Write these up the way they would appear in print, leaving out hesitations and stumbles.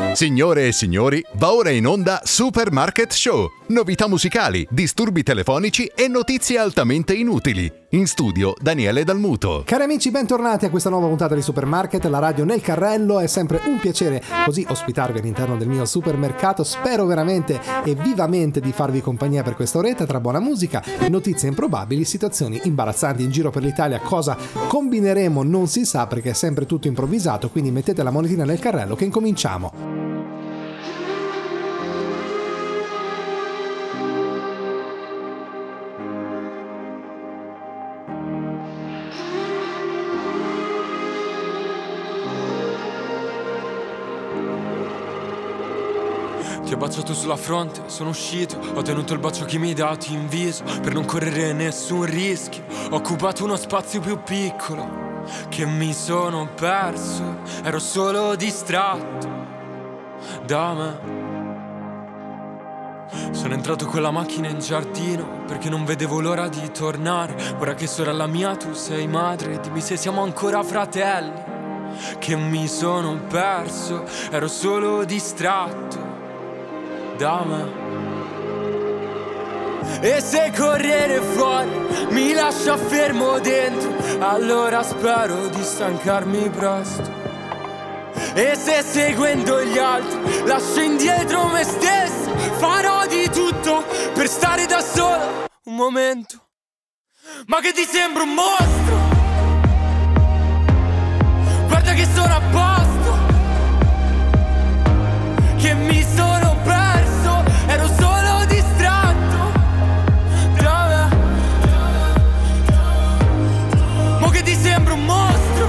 Signore e signori, va ora in onda Supermarket Show. Novità musicali, disturbi telefonici e notizie altamente inutili. In studio Daniele Dalmuto. Cari amici, bentornati a questa nuova puntata di Supermarket, la radio nel carrello. È sempre un piacere così ospitarvi all'interno del mio supermercato. Spero veramente e vivamente di farvi compagnia per questa oretta tra buona musica, notizie improbabili, situazioni imbarazzanti in giro per l'Italia. Cosa combineremo non si sa perché è sempre tutto improvvisato, quindi mettete la monetina nel carrello che incominciamo. Ti ho baciato sulla fronte, sono uscito, ho tenuto il bacio che mi hai dato in viso per non correre nessun rischio. Ho occupato uno spazio più piccolo che mi sono perso, ero solo distratto da me. Sono entrato con la macchina in giardino perché non vedevo l'ora di tornare. Ora che sorella mia tu sei madre, dimmi se siamo ancora fratelli. Che mi sono perso, ero solo distratto da me. E se correre fuori mi lascia fermo dentro, allora spero di stancarmi presto. E se seguendo gli altri lascio indietro me stesso, farò di tutto per stare da solo un momento. Ma che ti sembra un mostro? Guarda che sono a posto, che mi sono perso, ero solo distratto da me. Mo che ti sembra un mostro?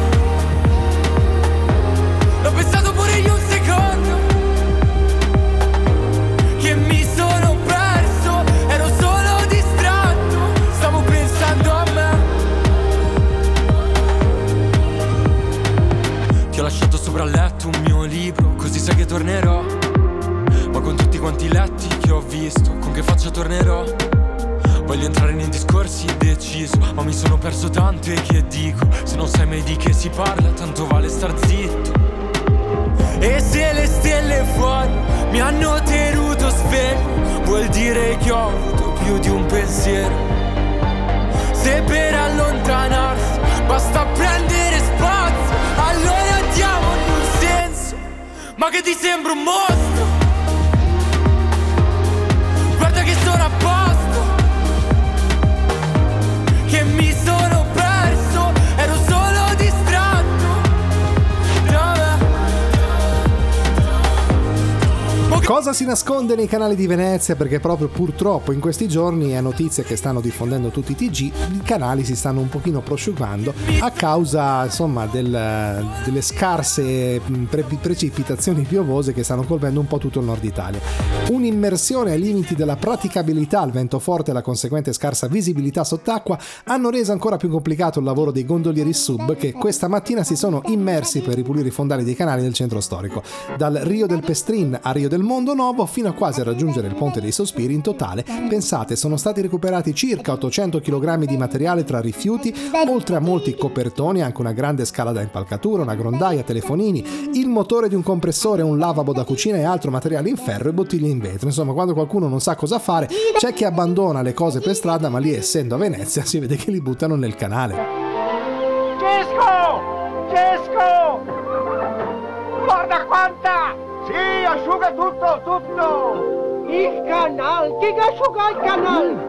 L'ho pensato pure io un secondo, che mi sono perso, ero solo distratto, stavo pensando a me. Ti ho lasciato sopra il letto un mio libro, così sai che tornerò. Ma con tutti quanti letti che ho visto, con che faccia tornerò? Voglio entrare nei discorsi deciso, ma mi sono perso tanto e che dico? Se non sai mai di che si parla, tanto vale star zitto. E se le stelle fuori mi hanno tenuto sveglio, vuol dire che ho avuto più di un pensiero. Se per allontanarsi basta prendere spazio, allora diamogli un senso. Ma che ti sembra un mostro? Guarda che sono a posto, che mi sono perso, ero solo distratto da me. Cosa si nasconde nei canali di Venezia? Perché proprio purtroppo in questi giorni è notizia che stanno diffondendo tutti i TG, i canali si stanno un pochino prosciugando a causa insomma delle scarse precipitazioni piovose che stanno colpendo un po' tutto il nord Italia. Un'immersione ai limiti della praticabilità, il vento forte e la conseguente scarsa visibilità sott'acqua hanno reso ancora più complicato il lavoro dei gondolieri sub che questa mattina si sono immersi per ripulire i fondali dei canali del centro storico. Dal Rio del Pestrin a Rio del Mondo Novo fino a quasi a raggiungere il Ponte dei Sospiri, in totale, pensate, sono stati recuperati circa 800 kg di materiale tra rifiuti, oltre a molti copertoni, anche una grande scala da impalcatura, una grondaia, telefonini, il motore di un compressore, un lavabo da cucina e altro materiale in ferro e bottiglie in vetro. Insomma, quando qualcuno non sa cosa fare, c'è chi abbandona le cose per strada, ma lì, essendo a Venezia, si vede che li buttano nel canale. Cesco! Guarda quanta! Sì, asciuga tutto! Il canal! Chi asciuga il canal?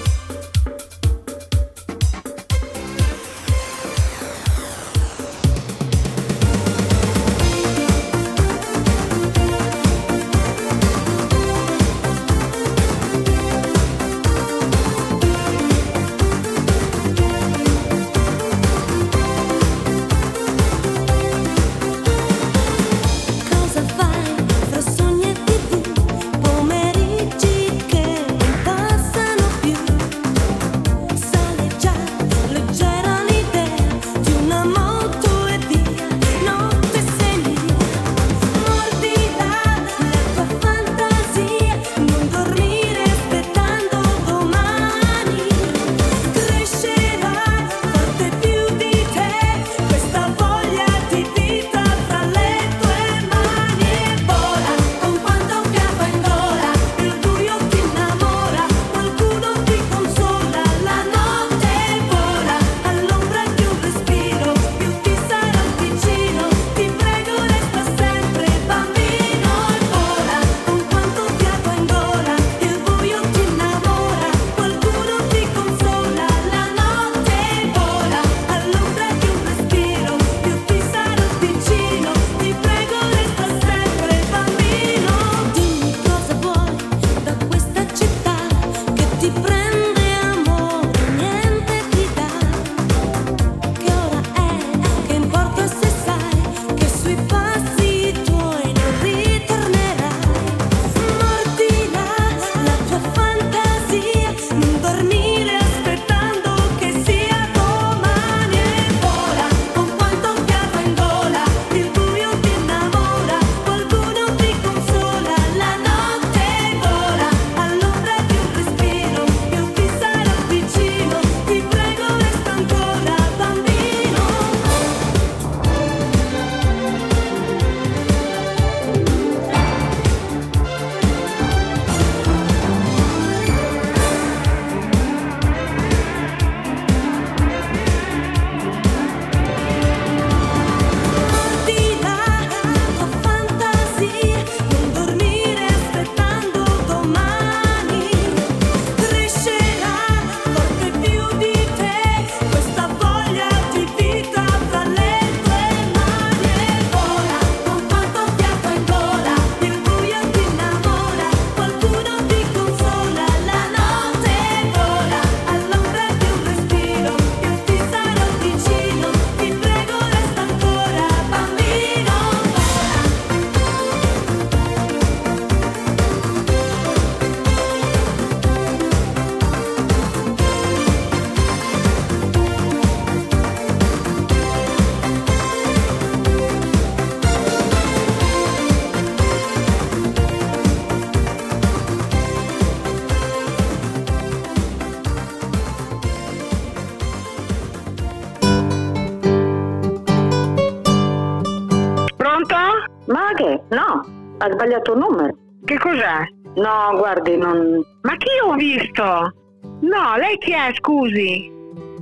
Cosa fai fra sogni e TV, pomeriggi che passano Pronto? Ma che? No, ha sbagliato il numero. Che cos'è? No, guardi, non... Ma chi ho visto? No, lei chi è, scusi?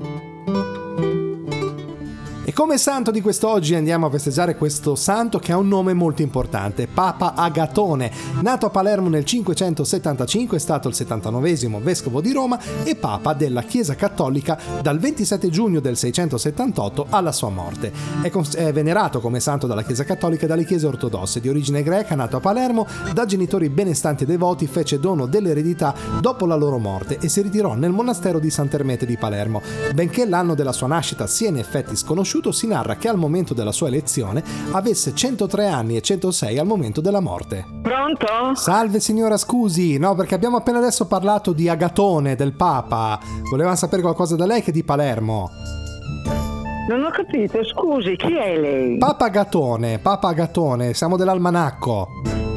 E come santo di quest'oggi andiamo a festeggiare questo santo che ha un nome molto importante, Papa Agatone. Nato a Palermo nel 575, è stato il 79esimo vescovo di Roma e papa della Chiesa Cattolica dal 27 giugno del 678 alla sua morte. È venerato come santo dalla Chiesa Cattolica e dalle chiese ortodosse. Di origine greca, nato a Palermo, da genitori benestanti e devoti, fece dono dell'eredità dopo la loro morte e si ritirò nel monastero di Sant'Ermete di Palermo. Benché l'anno della sua nascita sia in effetti sconosciuto, si narra che al momento della sua elezione avesse 103 anni e 106 al momento della morte. Pronto? Salve signora, scusi, no, perché abbiamo appena adesso parlato di Agatone, del Papa. Volevamo sapere qualcosa da lei che è di Palermo. Non ho capito, scusi, chi è lei? Papa Agatone, siamo dell'Almanacco.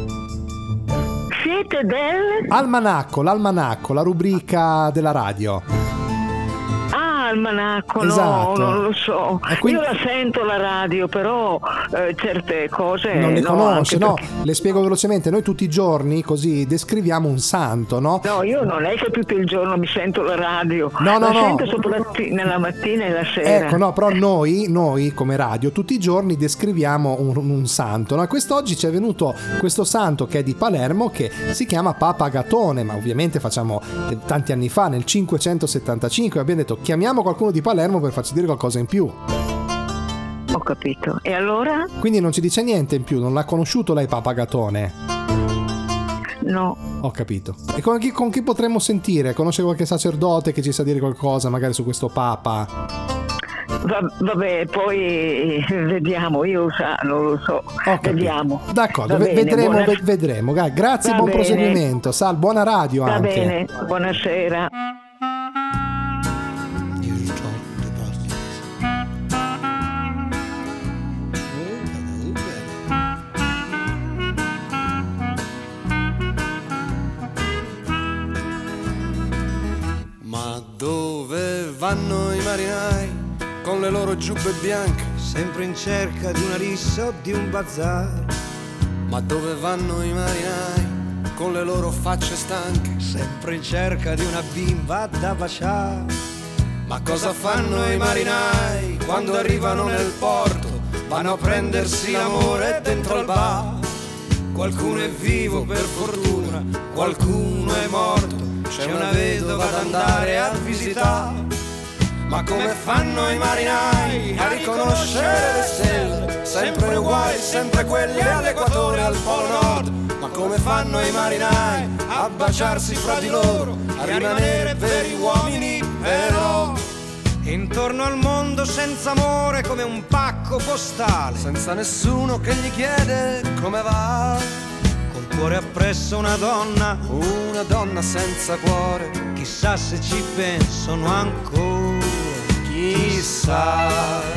Siete del... Almanacco, la rubrica della radio. Almanacco, Esatto. No, non lo so. Quindi... Io la sento la radio, però certe cose non le conosce, no? Perché... Le spiego velocemente. Noi tutti i giorni così descriviamo un santo, no? No, io non è che tutto il giorno mi sento la radio. No. Sento soprattutto nella mattina e la sera. Ecco, no, però noi come radio tutti i giorni descriviamo un santo, no? E quest'oggi ci è venuto questo santo che è di Palermo che si chiama Papa Agatone, ma ovviamente facciamo tanti anni fa, nel 575, abbiamo detto chiamiamo qualcuno di Palermo per farci dire qualcosa in più. Ho capito. E allora? Quindi non ci dice niente in più, non l'ha conosciuto lei Papa Agatone? No. Ho capito. E con chi potremmo sentire? Conosce qualche sacerdote che ci sa dire qualcosa magari su questo Papa? Vabbè, poi vediamo, io non lo so. Vediamo. D'accordo, vedremo. Grazie, buon proseguimento. Buona radio anche. Va bene, buonasera. Dove vanno i marinai con le loro giubbe bianche, sempre in cerca di una rissa o di un bazar? Ma dove vanno i marinai con le loro facce stanche, sempre in cerca di una bimba da baciare? Ma cosa fanno i marinai quando arrivano nel porto? Vanno a prendersi l'amore dentro al bar. Qualcuno è vivo per fortuna, qualcuno è morto, c'è una vedova da andare a visitare. Ma come fanno i marinai a riconoscere le stelle, sempre uguali, sempre quelle all'equatore, al polo nord? Ma come fanno i marinai a baciarsi fra di loro, a rimanere veri uomini però? Intorno al mondo senza amore come un pacco postale, senza nessuno che gli chiede come va. Col cuore appresso una donna senza cuore, chissà se ci pensano ancora, chissà.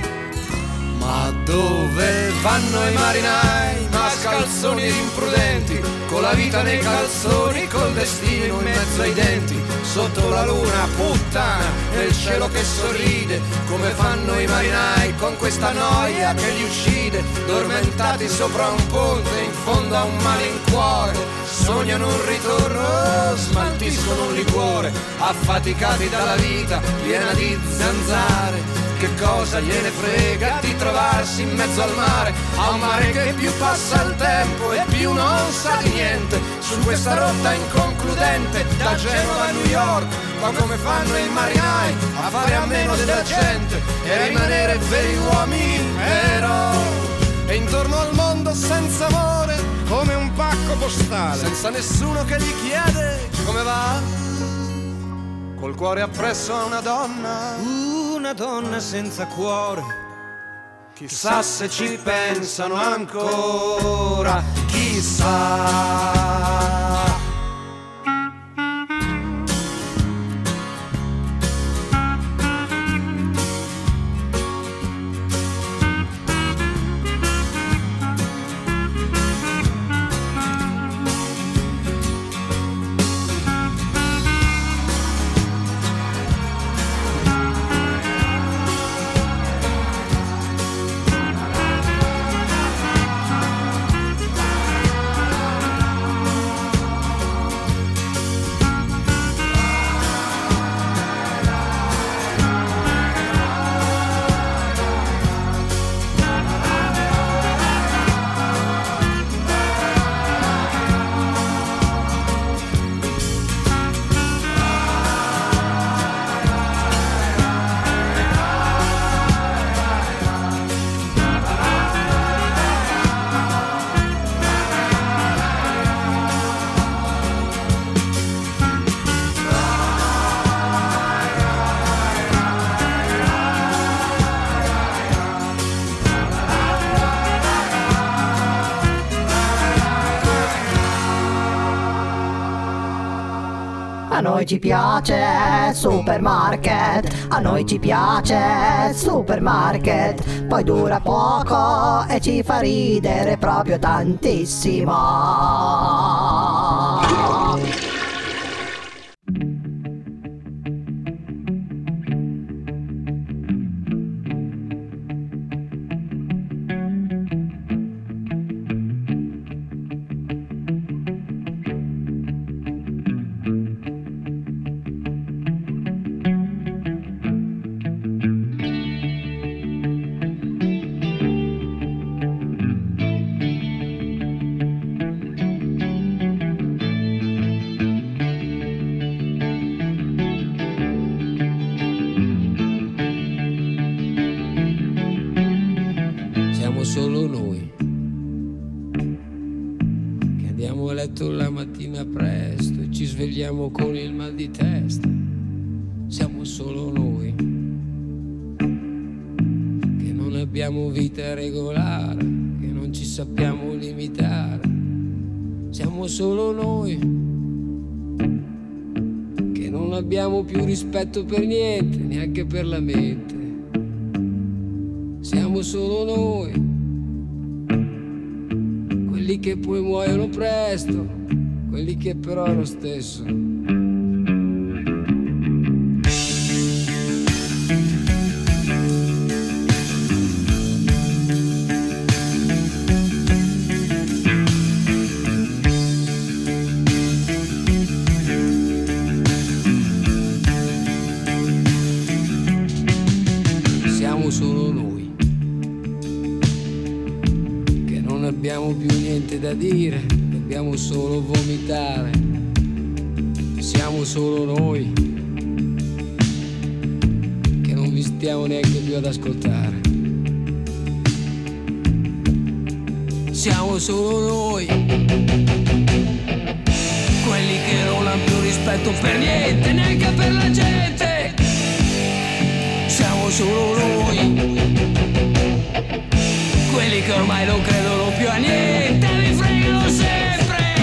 Ma dove vanno i marinai, mascalzoni ed imprudenti, con la vita nei calzoni, col destino in mezzo ai denti, sotto la luna puttana, nel cielo che sorride? Come fanno i marinai con questa noia che li uccide, dormentati sopra un ponte in fondo a un malincuore? Sognano un ritorno, smaltiscono un liquore, affaticati dalla vita piena di zanzare. Che cosa gliene frega di trovarsi in mezzo al mare, a un mare che più passa il tempo e più non sa di niente, su questa rotta inconcludente da Genova a New York? Ma come fanno i marinai a fare a meno della gente e a rimanere veri uomini però? E intorno al mondo senza amore come un pacco postale, senza nessuno che gli chiede come va, col cuore appresso a una donna senza cuore. Chissà se ci pensano ancora, chissà. A noi ci piace Supermarket, a noi ci piace Supermarket, poi dura poco e ci fa ridere proprio tantissimo. Solo noi che andiamo a letto la mattina presto e ci svegliamo con il mal di testa. Siamo solo noi che non abbiamo vita regolare, che non ci sappiamo limitare. Siamo solo noi che non abbiamo più rispetto per niente, neanche per la mente. Siamo solo noi, quelli che poi muoiono presto, quelli che però è lo stesso. Siamo solo noi, che non abbiamo più niente da dire, dobbiamo solo vomitare. Siamo solo noi, che non vi stiamo neanche più ad ascoltare. Siamo solo noi, quelli che non hanno più rispetto per niente, neanche per la gente. Siamo solo noi, quelli che ormai non credono più a niente, mi fregano sempre.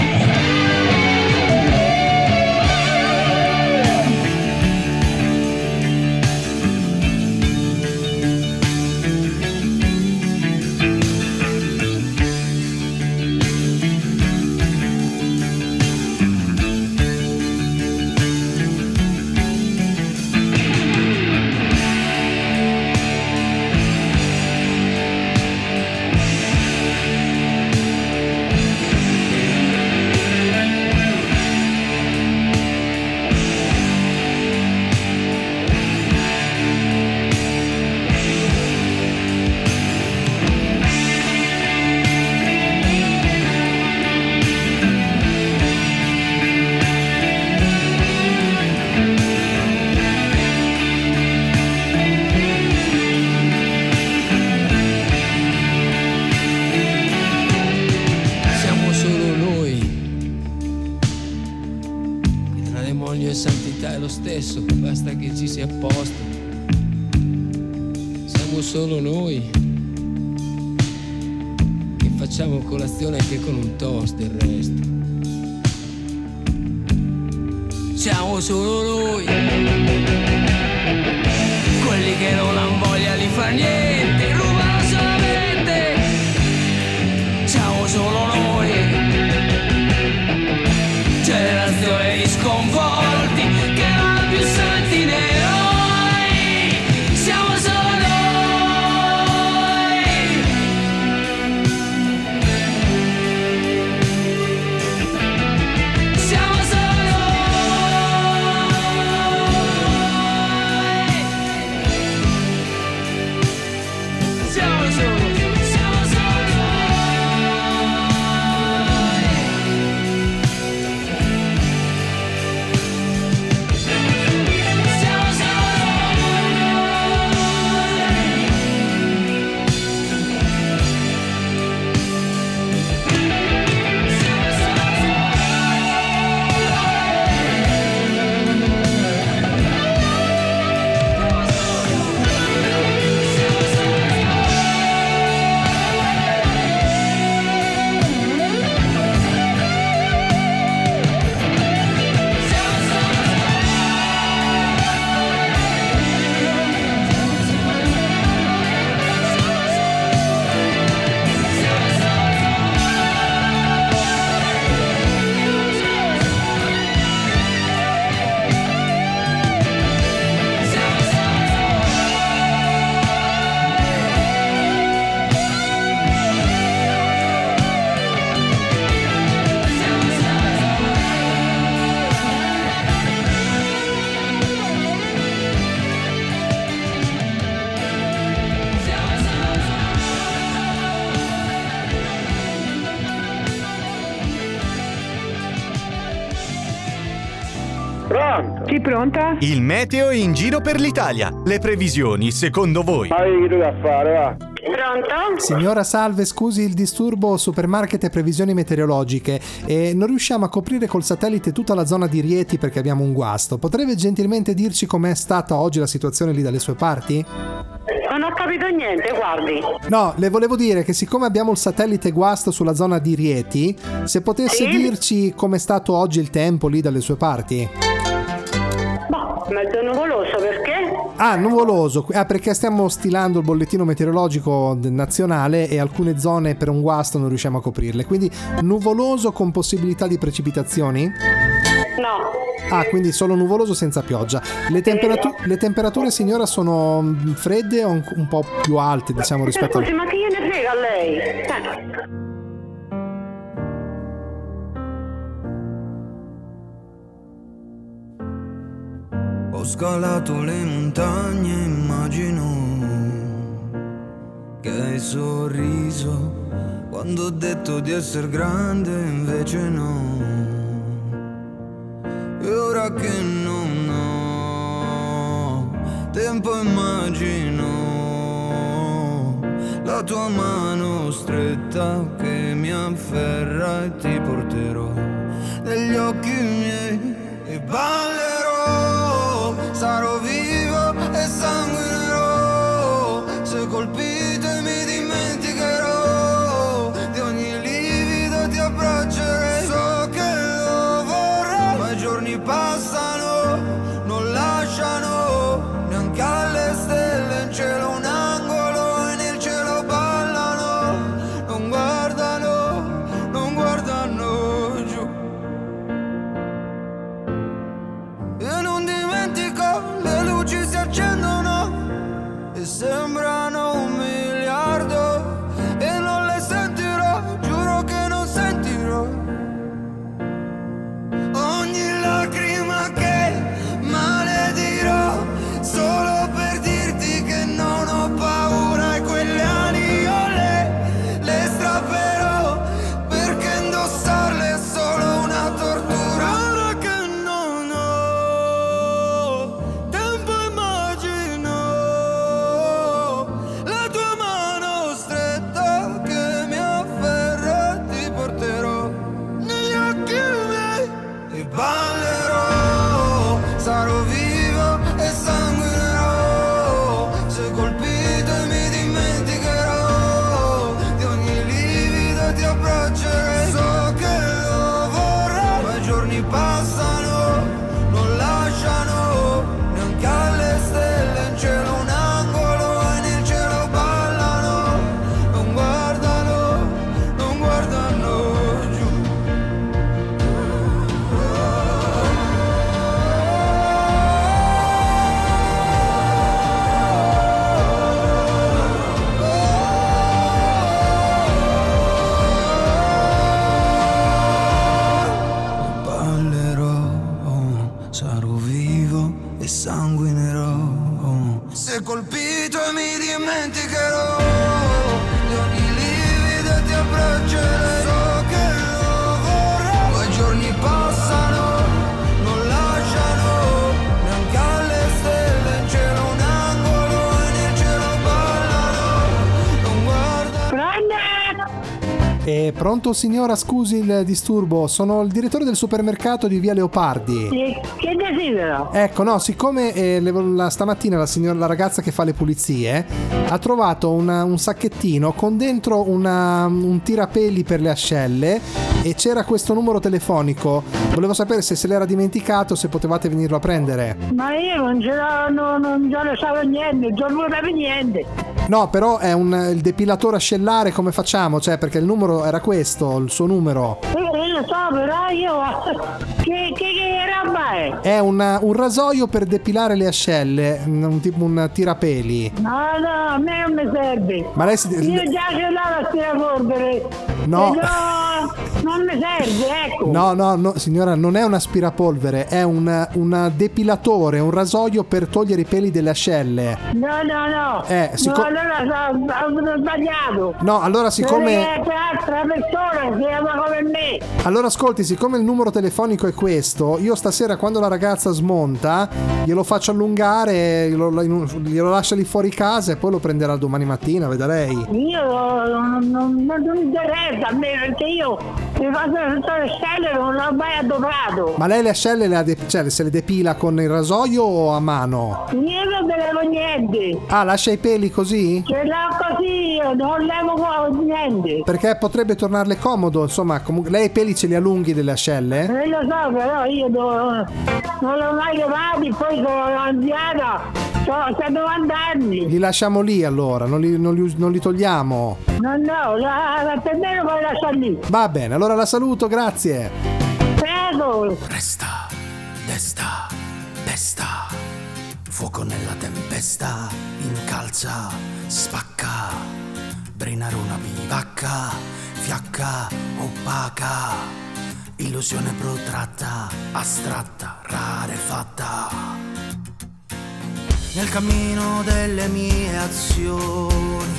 Stesso, basta che ci sia a posto. Siamo solo noi che facciamo colazione anche con un toast del resto. Siamo solo noi, quelli che non hanno voglia di far niente, rubano solamente. Siamo solo noi, generazione di sconvolti che non ha più santi né eroi. Siamo solo noi. Siamo solo noi. Sì, pronta? Il meteo in giro per l'Italia. Le previsioni, secondo voi? Pronto? Signora, salve, scusi il disturbo, supermarket e previsioni meteorologiche. Non riusciamo a coprire col satellite tutta la zona di Rieti perché abbiamo un guasto. Potrebbe gentilmente dirci com'è stata oggi la situazione lì dalle sue parti? Non ho capito niente, guardi. No, le volevo dire che siccome abbiamo il satellite guasto sulla zona di Rieti, se potesse dirci com'è stato oggi il tempo lì dalle sue parti? Mezzo nuvoloso, perché? Ah, nuvoloso, perché stiamo stilando il bollettino meteorologico nazionale e alcune zone per un guasto non riusciamo a coprirle, quindi nuvoloso con possibilità di precipitazioni? No. Ah, quindi solo nuvoloso senza pioggia. Le temperature, signora, sono fredde o un po' più alte, diciamo, rispetto Scusi, ma che gliene frega a lei? Ho scalato le montagne, immagino che hai sorriso quando ho detto di essere grande, invece no. E ora che non ho tempo, immagino la tua mano stretta che mi afferra e ti porterò negli occhi miei e ballerò. Sarò vivo e sanguinerò, se colpito e mi dimenticherò, di ogni livido ti abbraccerei. So che lo vorrei, ma i giorni passano, non lasciano neanche alle stelle in cielo un angolo e nel cielo ballano, non guardano giù. E non dimentico, le luci si accendono e sembrano 1 miliardo e non le sentirò, giuro che non sentirò ogni lacrima che maledirò, solo per dirti che non ho paura e quelle ali io le strapperò, perché indossarle è solo una tortura. Ballerò, sarò vivo e sanguinerò, se colpito e mi dimenticherò, di ogni livido ti abbraccerei. So che lo vorrei, ma i giorni passano, non lasciano neanche alle stelle in cielo un angolo e nel cielo ballano, non guardano giù. Sanguinerò, se colpito e mi dimenticherò, di ogni livido ti abbraccerei. So che lo vorrei, ma i giorni passano, non lasciano neanche alle stelle in cielo un angolo e nel cielo ballano, non guardano. Pronto signora, scusi il disturbo, sono il direttore del supermercato di Via Leopardi. Che desidero? Ecco, no, siccome stamattina la ragazza che fa le pulizie ha trovato un sacchettino con dentro un tirapeli per le ascelle e c'era questo numero telefonico. Volevo sapere se l'era dimenticato, se potevate venirlo a prendere. Ma io non ne so niente, non volevo niente. No, però è il depilatore ascellare, come facciamo? Cioè, perché il numero era questo, il suo numero. Io so, però io... Che roba è? È un rasoio per depilare le ascelle, un tirapeli. No, a me non mi serve. Ma lei io già ce l'ho la tirapolvere. No. non mi serve, ecco. No, signora, non è un aspirapolvere, è un depilatore, un rasoio per togliere i peli delle ascelle. No. No, allora ho sbagliato. No, allora siccome... È altra persona che chiama come me. Allora ascolti, siccome il numero telefonico è questo, io stasera quando la ragazza smonta glielo faccio allungare, glielo lascia lì fuori casa e poi lo prenderà domani mattina, veda lei. Io non mi interessa a me, perché io le cose tutte le ascelle non l'ho mai adoprato. Ma lei le ascelle se le depila con il rasoio o a mano? Io non levo niente. Ah, lascia i peli così? Ce l'ho così, io non levo niente. Perché potrebbe tornarle comodo, insomma, comunque lei i peli ce li allunghi delle ascelle? Lo so, però io non l'ho mai levati, poi sono anziana, ho 90 anni. Li lasciamo lì allora, non li togliamo? No, per me lo puoi lasciare lì. Va bene, allora la saluto, grazie. Prego. Resta, desta, pesta, fuoco nella tempesta, incalza, spacca, brinare una bivacca, fiacca, opaca, illusione protratta, astratta, rarefatta. Nel cammino delle mie azioni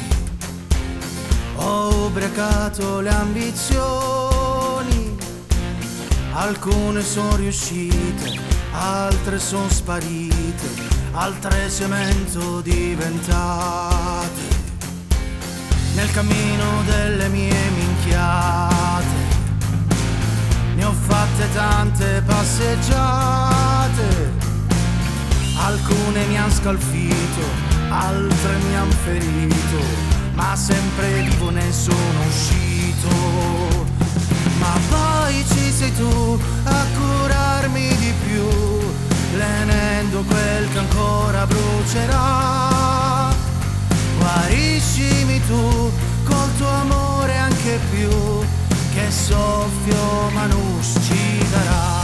ho ubriacato le ambizioni, alcune sono riuscite, altre sono sparite, altre cemento diventate. Nel cammino delle mie minchiate ne ho fatte tante passeggiate, alcune mi han scalfito, altre mi han ferito, ma sempre vivo ne sono uscito. Ma poi ci sei tu a curarmi di più, lenendo quel che ancora brucerà. Guariscimi tu col tuo amore anche più, che soffio ma non ci darà.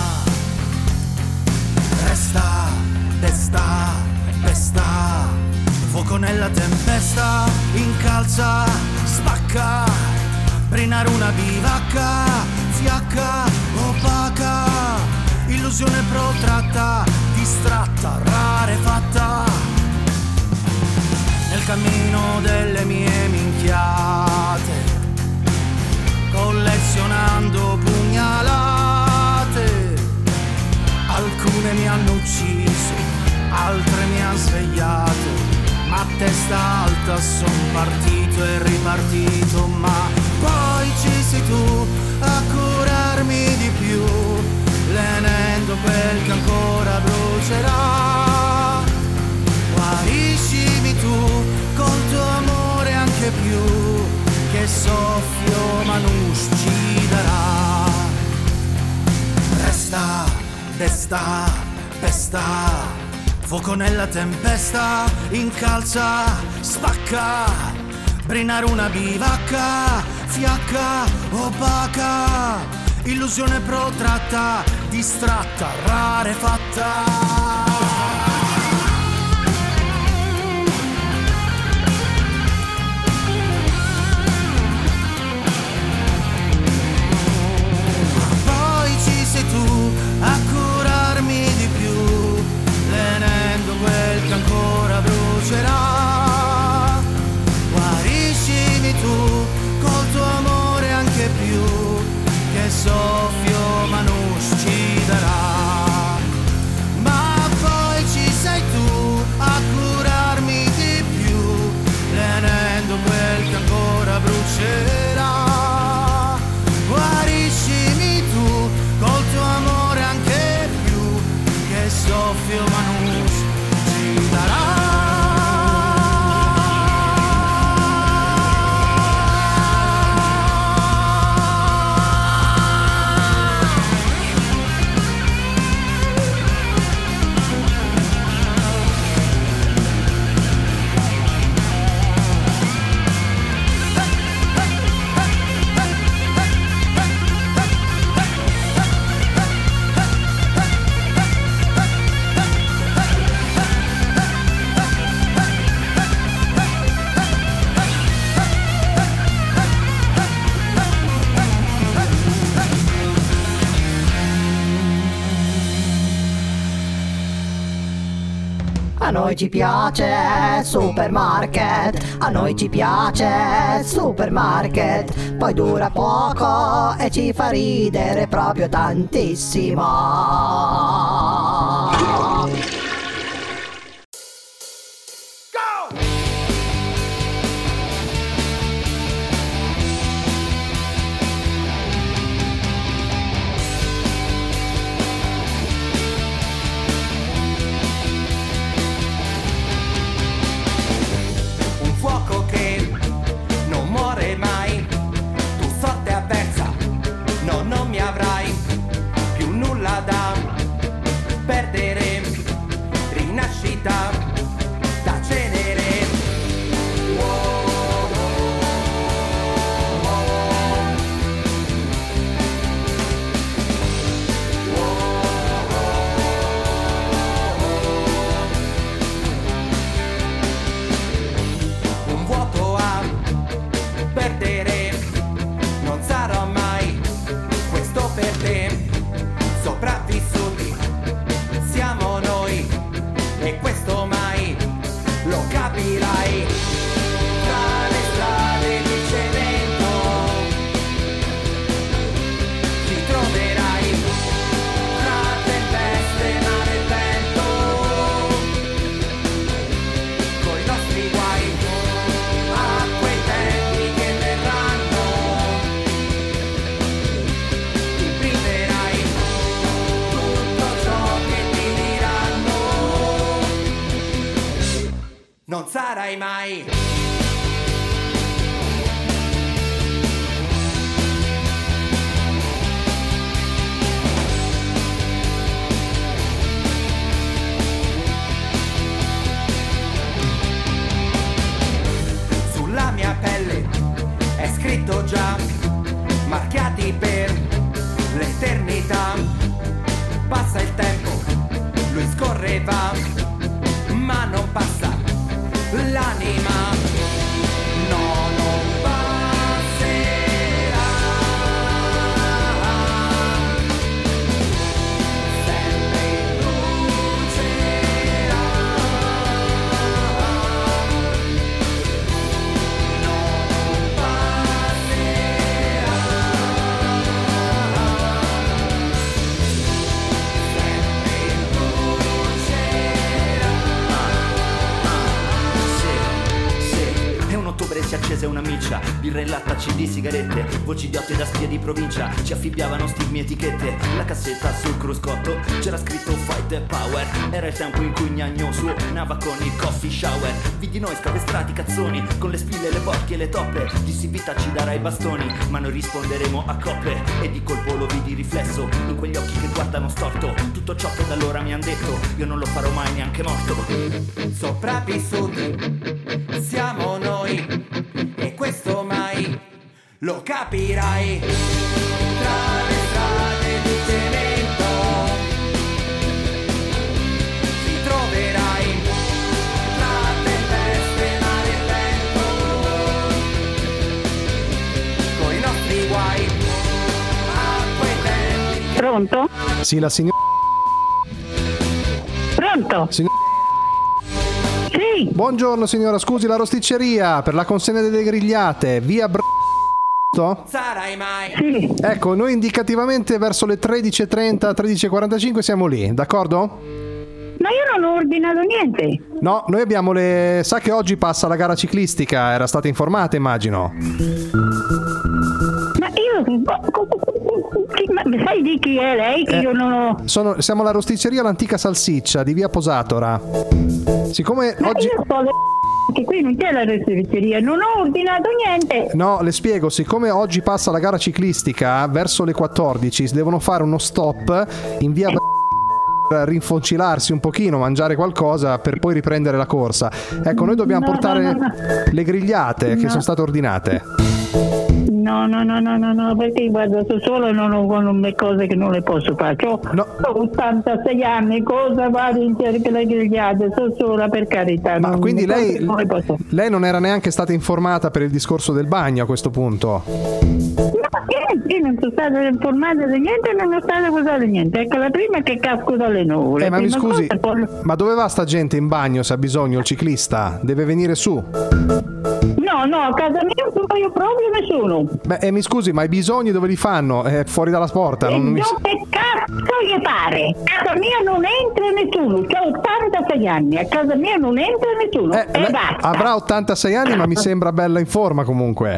Resta, desta, pesta, fuoco nella tempesta, incalza, spacca, brinare una bivacca, fiacca, opaca, illusione protratta, distratta, rarefatta. Nel cammino delle mie minchiate, collezionando pugnalate, alcune mi hanno ucciso, altre mi han svegliato, ma a testa alta son partito e ripartito. Ma poi ci sei tu a curarmi di più, lenendo quel che ancora brucerà. Guariscimi tu col tuo amore anche più, che soffio ma non ci darà. Resta, desta, pesta, fuoco nella tempesta, incalza, spacca, brinare una bivacca, fiacca, opaca, illusione protratta, distratta, rarefatta. A curarmi di più, lenendo quel che ancora brucerà. Guariscimi tu col tuo amore anche più, che soffio ma non ci darà. Ma a noi ci piace Supermarket, a noi ci piace Supermarket, poi dura poco e ci fa ridere proprio tantissimo. Non mi avrai più nulla da perdere, rinascita da cenere. Un vuoto a perdere, non sarò mai questo per te, sopravvissuti siamo noi e questo mai lo capirai. Tra le strade di cemento ti troverai, tra tempeste e mare e vento, coi nostri guai, a quei tempi che verranno. Non sarai mai sulla mia pelle è scritto già, marchiati per l'eternità. Passa il tempo, lui scorreva, ma non passa l'anima, no, non passerà, sempre brucerà, no, non passerà, sempre brucerà. E un ottobre si accese una miccia, birra e latta, CD, sigarette, voci idiote da spia di provincia, ci affibbiavano stigmi e etichette. La cassetta sul cruscotto c'era scritto Fight the Power, era il tempo in cui Gnagno suonava con il coffee shower. Vidi noi scapestrati cazzoni, con le spille, le porche e le toppe, dissi vita ci darai i bastoni, ma noi risponderemo a coppe. E di colpo lo vidi riflesso in quegli occhi che guardano storto, tutto ciò che da allora mi han detto io non lo farò mai neanche morto. Sopravvissuti siamo noi e questo mai lo capirai. Tra le strade di cemento ti troverai, tra tempeste, mare e vento, coi nostri guai, a quei tempi. Pronto? Sì, la signora. Pronto? Signor... Sì. Buongiorno signora, scusi, la rosticceria per la consegna delle grigliate, via Sarai mai. Sì. Ecco, noi indicativamente verso le 13.30, 13.45 siamo lì, d'accordo? Ma io non ho ordinato niente. No, noi abbiamo le... Sa che oggi passa la gara ciclistica, era stata informata, immagino. Ma io... Ma sai di chi è lei? Che io non ho... Siamo alla rosticceria L'Antica Salsiccia di via Posatora. Siccome ma oggi... io sto... che qui non c'è la rosticceria, non ho ordinato niente. No, le spiego, siccome oggi passa la gara ciclistica verso le 14, devono fare uno stop in via rinfocilarsi un pochino, mangiare qualcosa per poi riprendere la corsa. Ecco, noi dobbiamo portare le grigliate che sono state ordinate. No, perché guarda, so solo non ho le cose che non le posso fare. Ho 86 anni, cosa vado in cerca delle grigliate? So sola, per carità. Ma quindi lei non era neanche stata informata per il discorso del bagno a questo punto? Io non so state informate di niente, non state accusate di niente. Ecco, la prima è che casco dalle nuvole. Ma mi scusi, ma dove va sta gente in bagno se ha bisogno? Il ciclista deve venire su. No, a casa mia non voglio proprio nessuno. Beh, mi scusi, ma i bisogni dove li fanno? Fuori dalla porta? Non che cazzo gli pare? A casa mia non entra nessuno. Ho 86 anni, a casa mia non entra nessuno. E basta. Avrà 86 anni, ma mi sembra bella in forma comunque.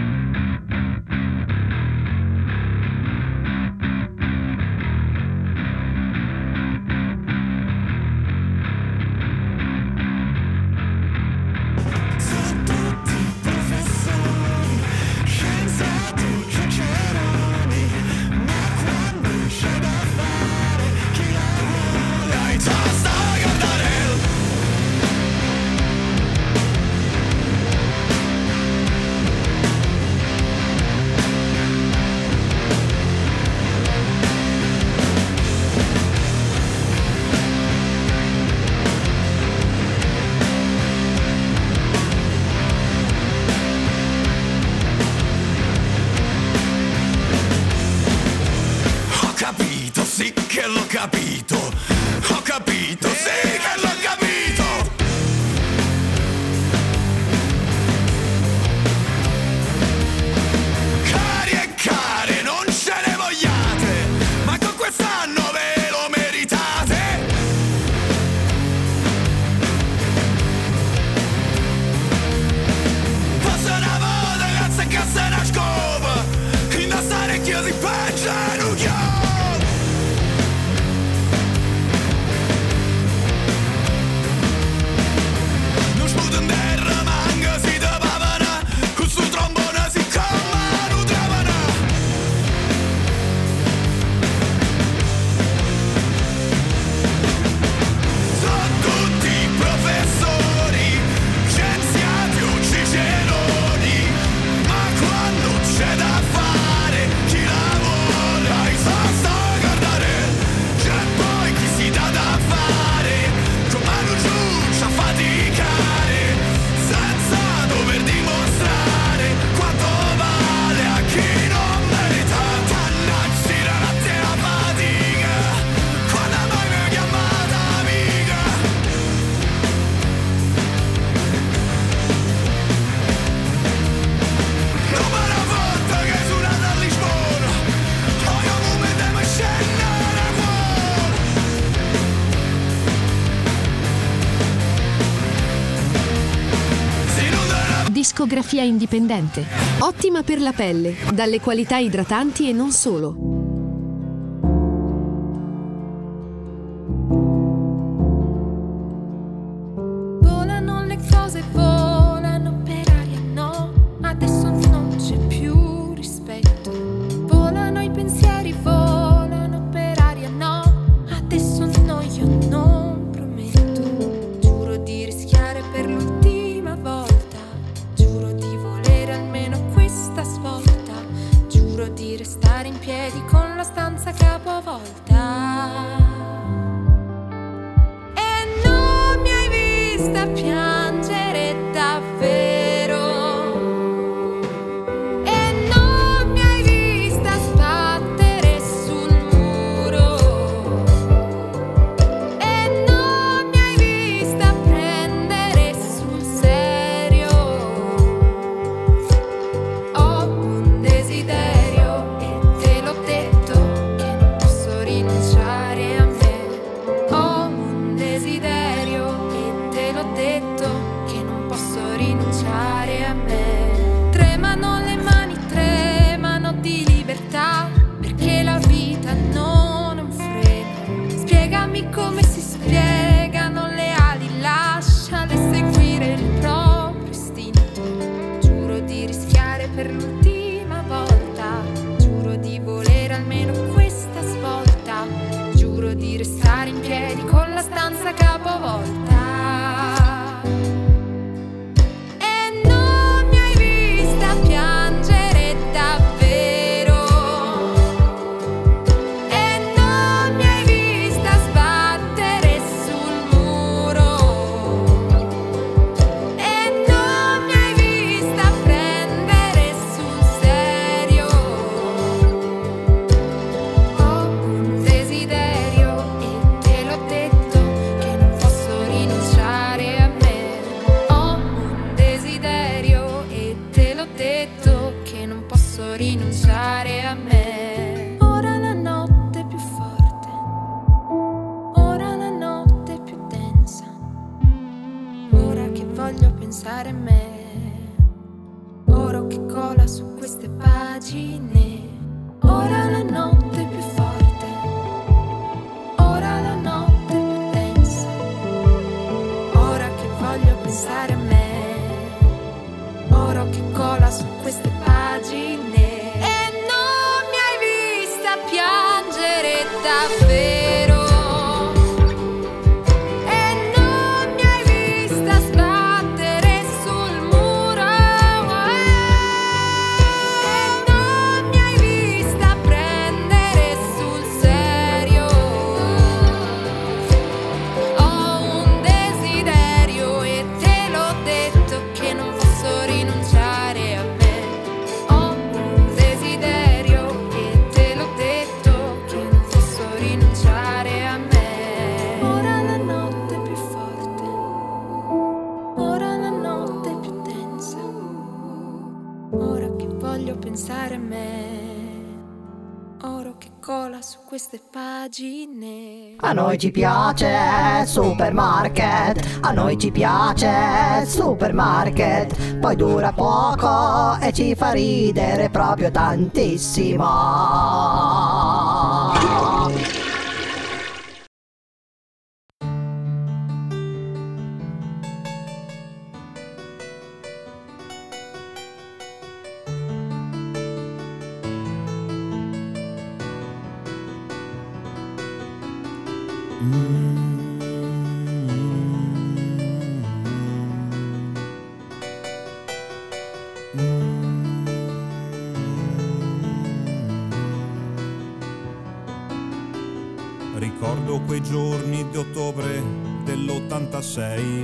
Discografia indipendente, ottima per la pelle, dalle qualità idratanti e non solo. Volano le cose, volano per aria, no, adesso non c'è più rispetto. Volano i pensieri, volano per aria, no, adesso no, io non prometto. Giuro di rischiare per l'ultima volta. Giuro di volere almeno questa svolta. Giuro di restare in piedi con la stanza capovolta. E non mi hai vista piangere davvero. E non mi hai vista sbattere sul muro. E non mi hai vista prendere sul serio. Ho un desiderio e te l'ho detto che non posso rinunciare a me. oro che cola su queste pagine. A noi ci piace Supermarket, a noi ci piace Supermarket, poi dura poco e ci fa ridere proprio tantissimo. Ricordo quei giorni di ottobre dell'86.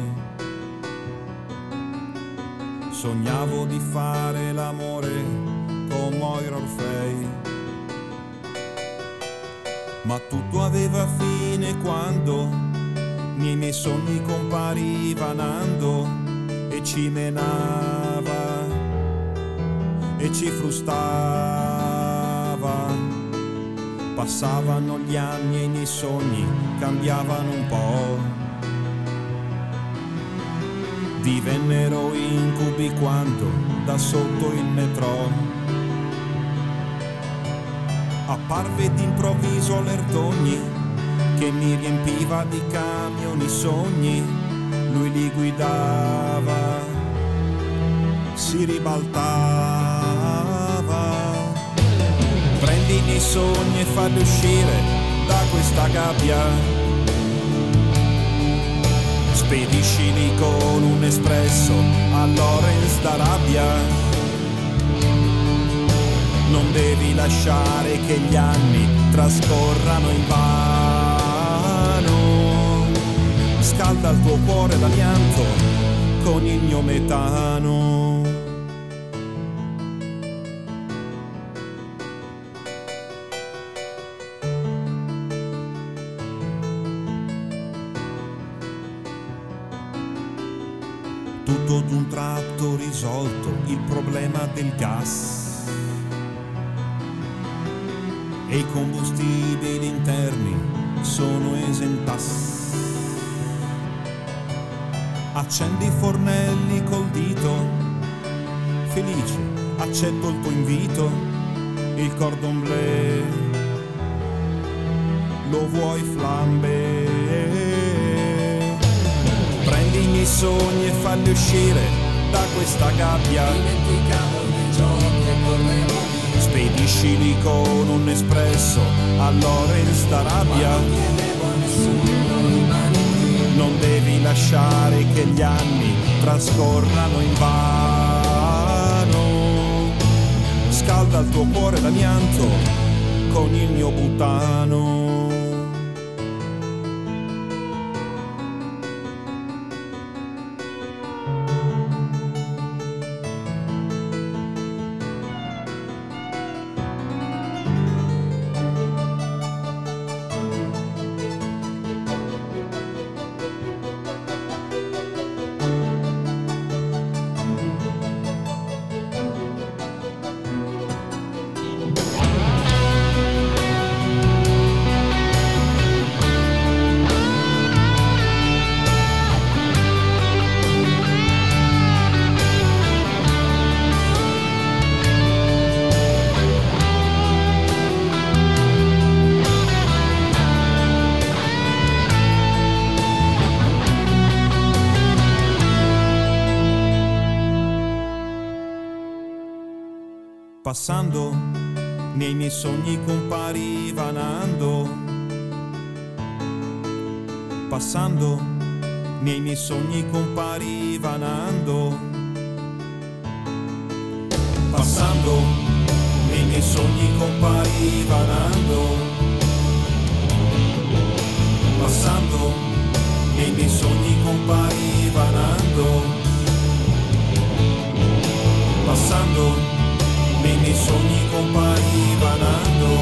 Sognavo di fare l'amore con Moira Orfei, ma tutto aveva fine quando nei miei sogni compariva Nando e ci menava e ci frustava. Passavano gli anni e i miei sogni cambiavano un po', divennero incubi quando da sotto il metro apparve d'improvviso l'Ertogni che mi riempiva di camion i sogni. Lui li guidava, si ribaltava. Prendi i miei sogni e falli uscire da questa gabbia, spediscili con un espresso a Lorenz d'Arabia. Non devi lasciare che gli anni trascorrano in vano. Scalda il tuo cuore d'amianto con il mio metano. Tutto d'un tratto risolto il problema del gas e i combustibili interni sono esentas. Accendi i fornelli col dito, felice, accetto il tuo invito, il cordon bleu, lo vuoi flambe? Prendi i miei sogni e falli uscire da questa gabbia, spediscili con un espresso a Lorenz d'Arabia. Non devi lasciare che gli anni trascorrano in vano. Scalda il tuo cuore d'amianto con il mio butano. Passando nei miei sogni compariva Nando, passando nei miei sogni compariva Nando, passando nei miei sogni compariva Nando, passando nei miei sogni compariva Nando, passando nei miei sogni compariva Nando,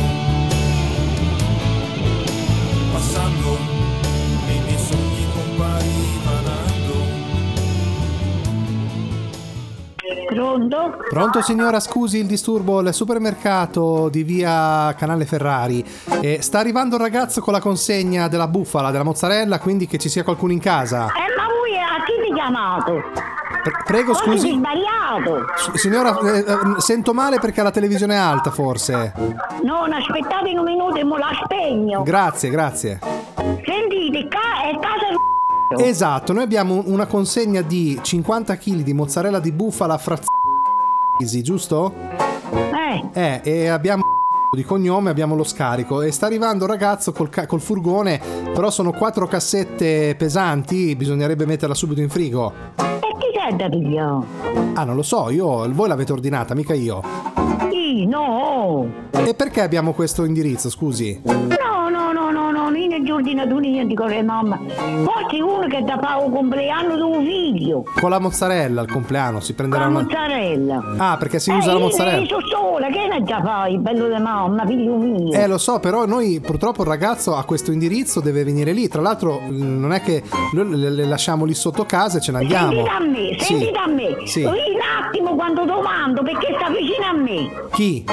passando nei miei sogni compariva Nando. Pronto? Pronto signora, scusi il disturbo, il supermercato di via Canale Ferrari. Sta arrivando il ragazzo con la consegna della bufala, della mozzarella, quindi che ci sia qualcuno in casa. Ma voi a chi ti chiamato? Prego, scusi. Hai sbagliato. Signora, sento male perché ha la televisione alta, forse. No, aspettate un minuto e mo la spegno. Grazie. Sentite, è casa Esatto, noi abbiamo una consegna di 50 kg di mozzarella di bufala giusto? E abbiamo di cognome, abbiamo lo scarico e sta arrivando il ragazzo col furgone, però sono 4 cassette pesanti, bisognerebbe metterla subito in frigo. E chi c'è da pigliare? Ah, non lo so, voi l'avete ordinata, mica io. Sì, no. E perché abbiamo questo indirizzo, scusi? No, io non giordinato niente con le mamma. Poi c'è uno che da fa un compleanno di un figlio. Con la mozzarella al compleanno si prenderà una mozzarella. Ah, perché si usa la mozzarella. Io sono sola, che ne già fai, bello di mamma, figlio mio. Lo so, però noi purtroppo il ragazzo ha questo indirizzo, deve venire lì. Tra l'altro non è che le lasciamo lì sotto casa e ce ne andiamo. Sentite a me. Sì. Un attimo quando domando perché sta vicino a me. Chi?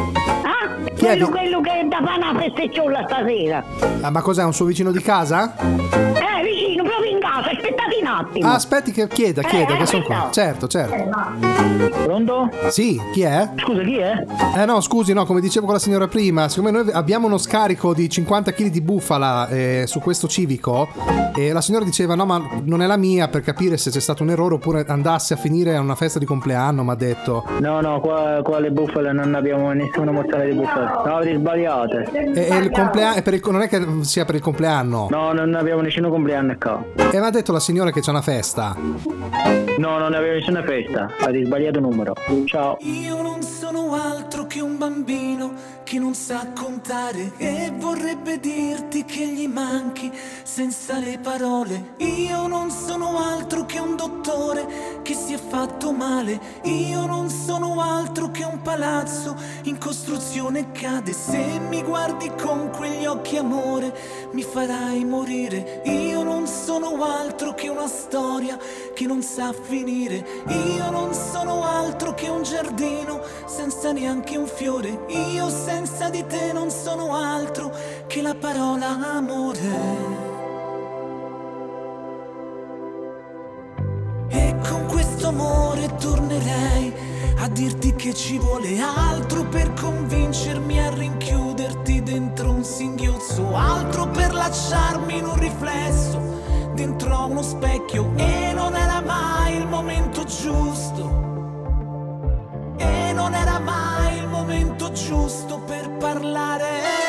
Quello che è da fare una festecciola stasera. Ah, ma cos'è, un suo vicino di casa? Vicino, proprio in casa, aspettate un attimo. Ah, aspetti che chieda, che sono qua. Certo. Pronto? Sì, chi è? Scusa, chi è? No, scusi, no, come dicevo con la signora prima, siccome noi abbiamo uno scarico di 50 kg di bufala su questo civico e la signora diceva no, ma non è la mia, per capire se c'è stato un errore oppure andasse a finire a una festa di compleanno, mi ha detto. No, qua le bufale non abbiamo nessuna mozzarella di bufala. No, avete sbagliate. E il compleanno non è che sia per il compleanno? No, non abbiamo nessun compleanno qua. E mi ha detto la signora che c'è una festa. No, non avevo nessuna festa. Avete sbagliato numero. Ciao. Io non sono altro che un bambino che non sa contare e vorrebbe dirti che gli manchi senza le parole. Io non sono altro che un dottore che si è fatto male. Io non sono altro che un palazzo in costruzione cade. Se mi guardi con quegli occhi amore mi farai morire. Io non sono altro che una storia che non sa finire. Io non sono altro che un giardino senza neanche un fiore. Io senza di te non sono altro che la parola amore. E con questo amore tornerei a dirti che ci vuole altro per convincermi a rinchiuderti dentro un singhiozzo, altro per lasciarmi in un riflesso dentro a uno specchio. E non era mai il momento giusto. E non era mai il momento giusto per parlare.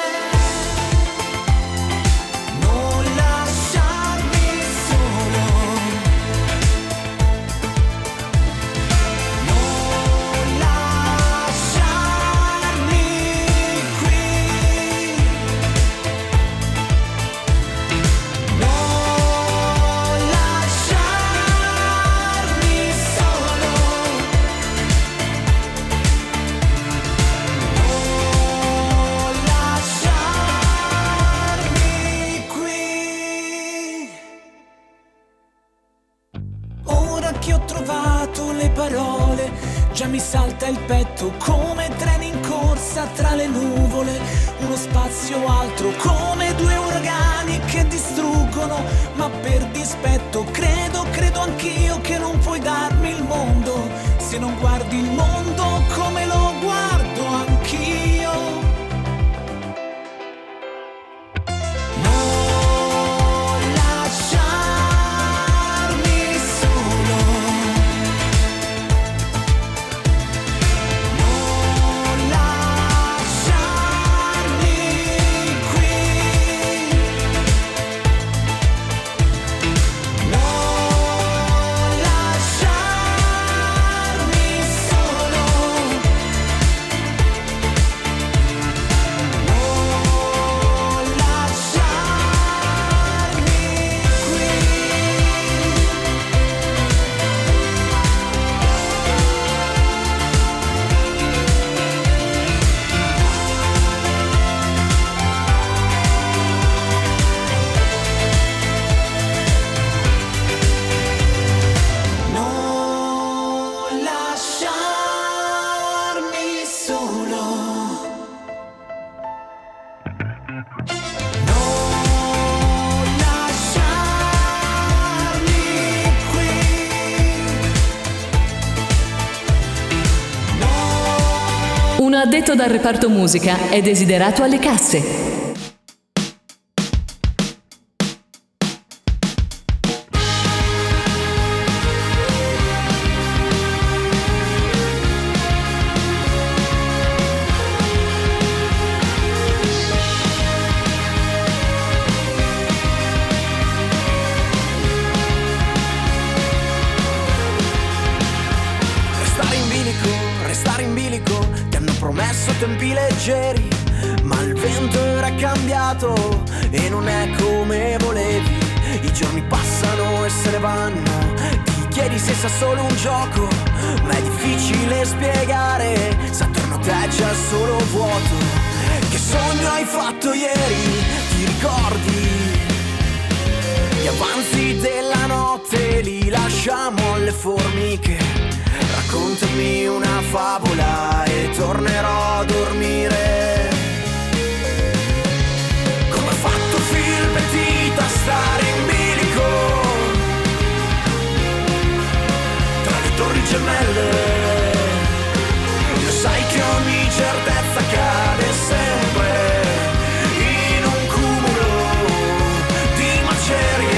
Non lasciarmi solo. Non lasciarmi qui. Non lasciarmi solo. Che ho trovato le parole, già mi salta il petto come treni in corsa tra le nuvole, uno spazio altro come due uragani che distruggono, ma per dispetto credo anch'io che non puoi darmi il mondo se non guardi il mondo come lo guardo anch'io. L'addetto dal reparto musica è desiderato alle casse. Tempi leggeri, ma il vento era cambiato e non è come volevi. I giorni passano e se ne vanno, ti chiedi se sia solo un gioco, ma è difficile spiegare se attorno a te c'è solo vuoto. Che sogno hai fatto ieri, ti ricordi? Gli avanzi della notte li lasciamo alle formiche. Raccontami una favola e tornerò a dormire. Come ha fatto Phil Petit a stare in bilico tra le torri gemelle? Lo sai che ogni certezza cade sempre in un cumulo di macerie.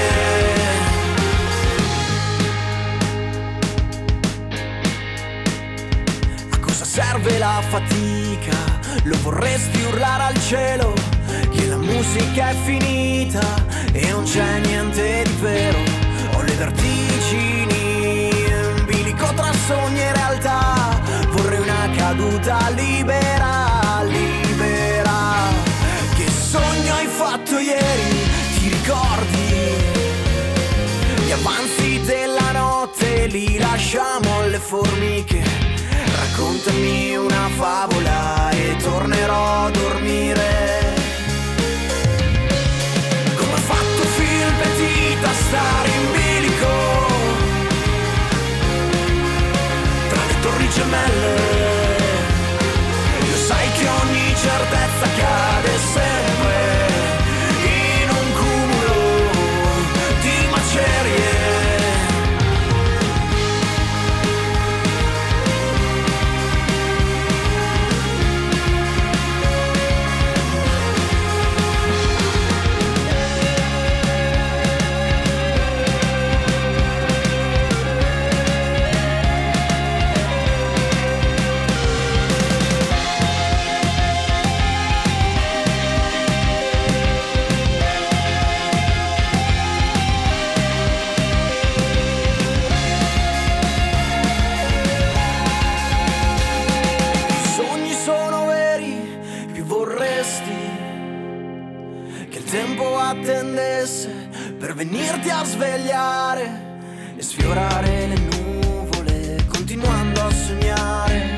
Serve la fatica, lo vorresti urlare al cielo, che la musica è finita e non c'è niente di vero. Ho le vertigini in bilico tra sogni e realtà, vorrei una caduta libera, libera. Che sogno hai fatto ieri, ti ricordi? Gli avanzi della notte li lasciamo alle formiche. Raccontami una favola e tornerò a dormire. Come ha fatto Phil Petit a stare in bilico tra le torri gemelle? Lo sai che ogni certezza cade sempre in un cumulo di macerie. Attendesse per venirti a svegliare e sfiorare le nuvole continuando a sognare.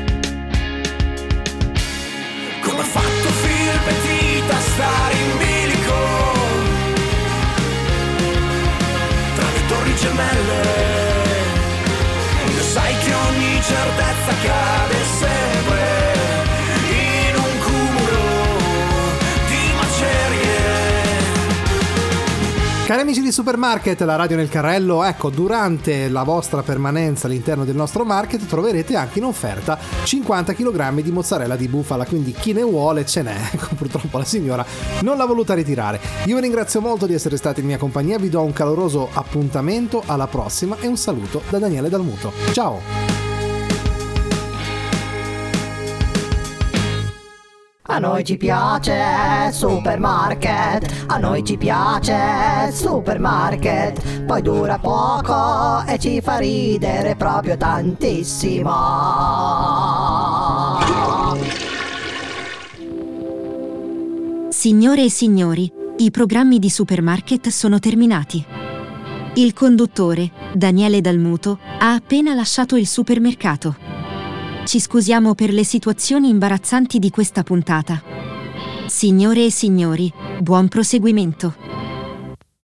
Come ha fatto Phil Petit a stare in bilico tra le torri gemelle? Lo sai che ogni certezza cade sempre in un cumulo di macerie. Cari amici di Supermarket, la radio nel carrello, ecco, durante la vostra permanenza all'interno del nostro market troverete anche in offerta 50 kg di mozzarella di bufala, quindi chi ne vuole ce n'è. Ecco, purtroppo la signora non l'ha voluta ritirare. Io vi ringrazio molto di essere stati in mia compagnia, vi do un caloroso appuntamento alla prossima e un saluto da Daniele Dalmuto. Ciao! A noi ci piace Supermarket, a noi ci piace Supermarket, poi dura poco e ci fa ridere proprio tantissimo. Signore e signori, i programmi di Supermarket sono terminati. Il conduttore, Daniele Dalmuto, ha appena lasciato il supermercato. Ci scusiamo per le situazioni imbarazzanti di questa puntata. Signore e signori, buon proseguimento.